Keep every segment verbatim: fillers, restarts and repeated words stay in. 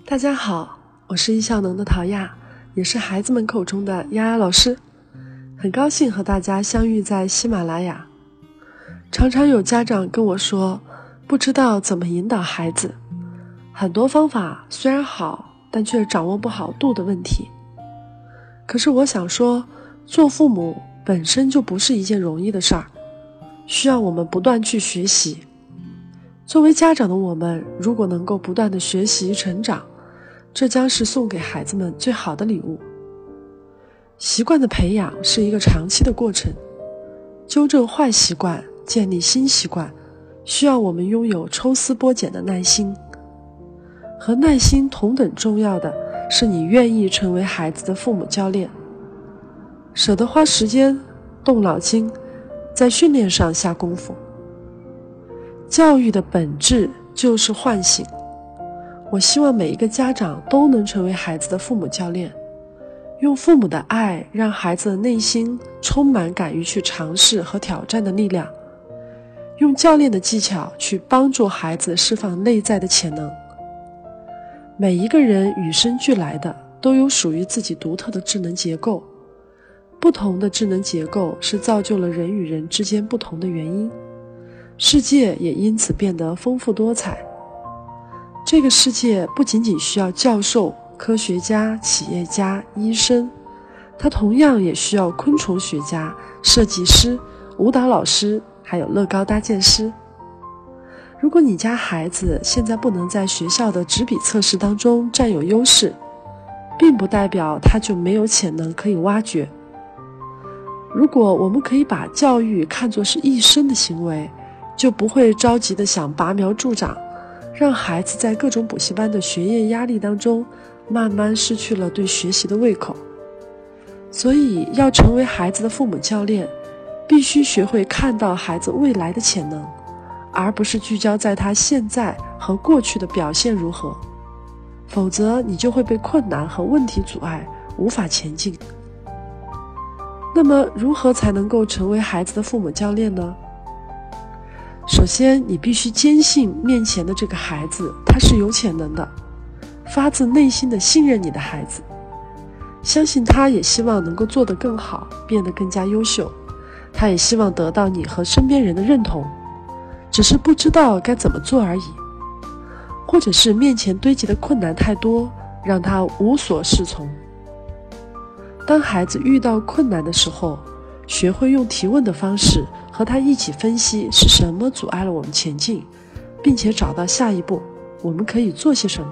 大家好，我是易效能的陶亚，也是孩子们口中的丫丫老师。很高兴和大家相遇在喜马拉雅。常常有家长跟我说，不知道怎么引导孩子，很多方法虽然好，但却掌握不好度的问题。可是我想说，做父母本身就不是一件容易的事儿，需要我们不断去学习。作为家长的我们，如果能够不断的学习成长，这将是送给孩子们最好的礼物。习惯的培养是一个长期的过程，纠正坏习惯，建立新习惯，需要我们拥有抽丝剥茧的耐心。和耐心同等重要的是，你愿意成为孩子的父母教练，舍得花时间动脑筋，在训练上下功夫。教育的本质就是唤醒。我希望每一个家长都能成为孩子的父母教练，用父母的爱让孩子的内心充满敢于去尝试和挑战的力量，用教练的技巧去帮助孩子释放内在的潜能。每一个人与生俱来的都有属于自己独特的智能结构，不同的智能结构是造就了人与人之间不同的原因，世界也因此变得丰富多彩。这个世界不仅仅需要教授、科学家、企业家、医生，它同样也需要昆虫学家、设计师、舞蹈老师，还有乐高搭建师。如果你家孩子现在不能在学校的纸笔测试当中占有优势，并不代表他就没有潜能可以挖掘。如果我们可以把教育看作是一生的行为，就不会着急地想拔苗助长，让孩子在各种补习班的学业压力当中慢慢失去了对学习的胃口。所以要成为孩子的父母教练，必须学会看到孩子未来的潜能，而不是聚焦在他现在和过去的表现如何，否则你就会被困难和问题阻碍，无法前进。那么如何才能够成为孩子的父母教练呢？首先，你必须坚信面前的这个孩子他是有潜能的，发自内心的信任你的孩子，相信他也希望能够做得更好，变得更加优秀，他也希望得到你和身边人的认同，只是不知道该怎么做而已，或者是面前堆积的困难太多，让他无所适从。当孩子遇到困难的时候，学会用提问的方式和他一起分析是什么阻碍了我们前进，并且找到下一步我们可以做些什么。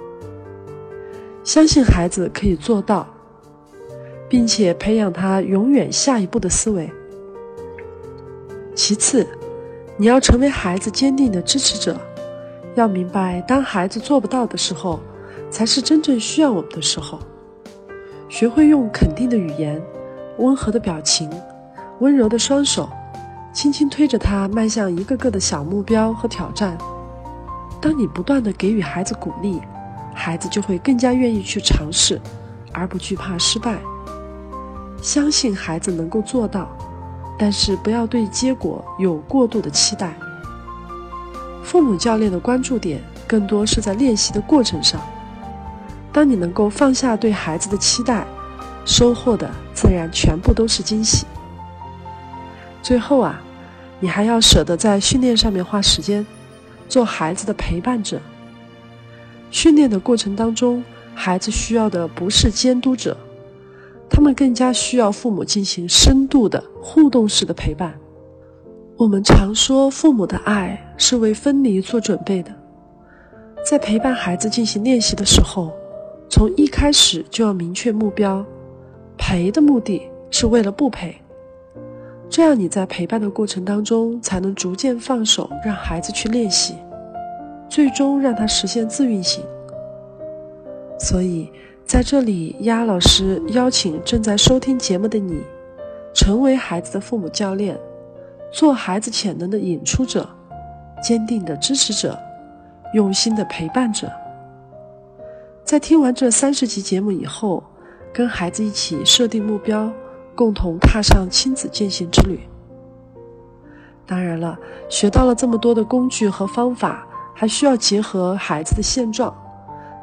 相信孩子可以做到，并且培养他永远下一步的思维。其次，你要成为孩子坚定的支持者，要明白当孩子做不到的时候，才是真正需要我们的时候。学会用肯定的语言，温和的表情，温柔的双手，轻轻推着他迈向一个个的小目标和挑战。当你不断地给予孩子鼓励，孩子就会更加愿意去尝试，而不惧怕失败。相信孩子能够做到，但是不要对结果有过度的期待。父母教练的关注点更多是在练习的过程上。当你能够放下对孩子的期待，收获的自然全部都是惊喜。最后啊，你还要舍得在训练上面花时间，做孩子的陪伴者。训练的过程当中，孩子需要的不是监督者，他们更加需要父母进行深度的互动式的陪伴。我们常说父母的爱是为分离做准备的，在陪伴孩子进行练习的时候，从一开始就要明确目标，陪的目的是为了不陪，这样你在陪伴的过程当中才能逐渐放手，让孩子去练习，最终让他实现自运行。所以在这里，丫老师邀请正在收听节目的你，成为孩子的父母教练，做孩子潜能的引出者，坚定的支持者，用心的陪伴者。在听完这三十集节目以后，跟孩子一起设定目标，共同踏上亲子践行之旅。当然了，学到了这么多的工具和方法，还需要结合孩子的现状，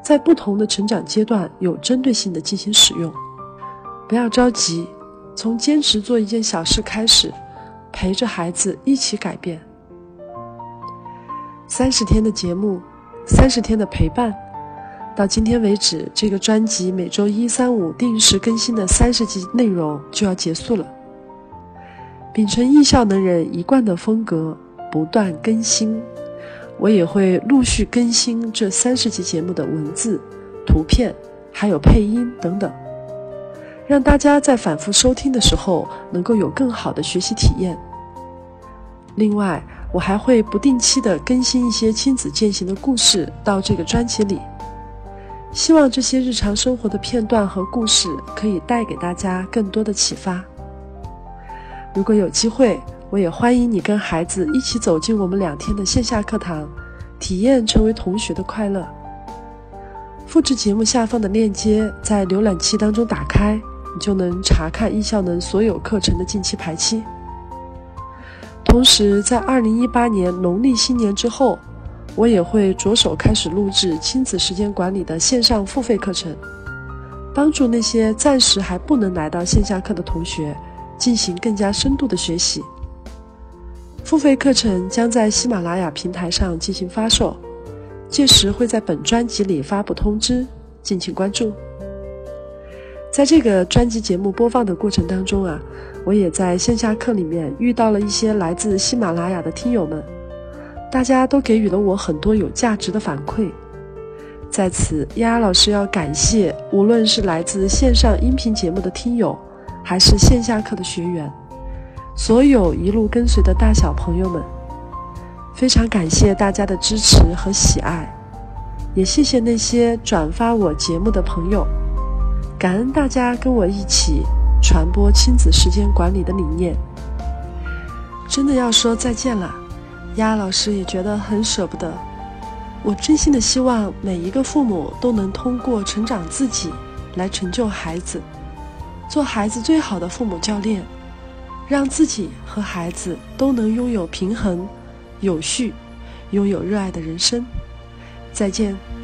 在不同的成长阶段有针对性的进行使用。不要着急，从坚持做一件小事开始，陪着孩子一起改变。三十天的节目，三十天的陪伴，到今天为止，这个专辑每周一、三、五定时更新的三十集内容就要结束了。秉承艺校能人一贯的风格，不断更新，我也会陆续更新这三十集节目的文字、图片，还有配音等等，让大家在反复收听的时候能够有更好的学习体验。另外，我还会不定期的更新一些亲子践行的故事到这个专辑里，希望这些日常生活的片段和故事可以带给大家更多的启发。如果有机会，我也欢迎你跟孩子一起走进我们两天的线下课堂，体验成为同学的快乐。复制节目下方的链接，在浏览器当中打开，你就能查看艺校能所有课程的近期排期。同时，在二零一八年农历新年之后，我也会着手开始录制亲子时间管理的线上付费课程，帮助那些暂时还不能来到线下课的同学进行更加深度的学习。付费课程将在喜马拉雅平台上进行发售，届时会在本专辑里发布通知，敬请关注。在这个专辑节目播放的过程当中啊，我也在线下课里面遇到了一些来自喜马拉雅的听友们，大家都给予了我很多有价值的反馈。在此，丫丫老师要感谢无论是来自线上音频节目的听友，还是线下课的学员，所有一路跟随的大小朋友们，非常感谢大家的支持和喜爱，也谢谢那些转发我节目的朋友，感恩大家跟我一起传播亲子时间管理的理念。真的要说再见了，丫老师也觉得很舍不得。我真心的希望每一个父母都能通过成长自己来成就孩子，做孩子最好的父母教练，让自己和孩子都能拥有平衡、有序，拥有热爱的人生。再见。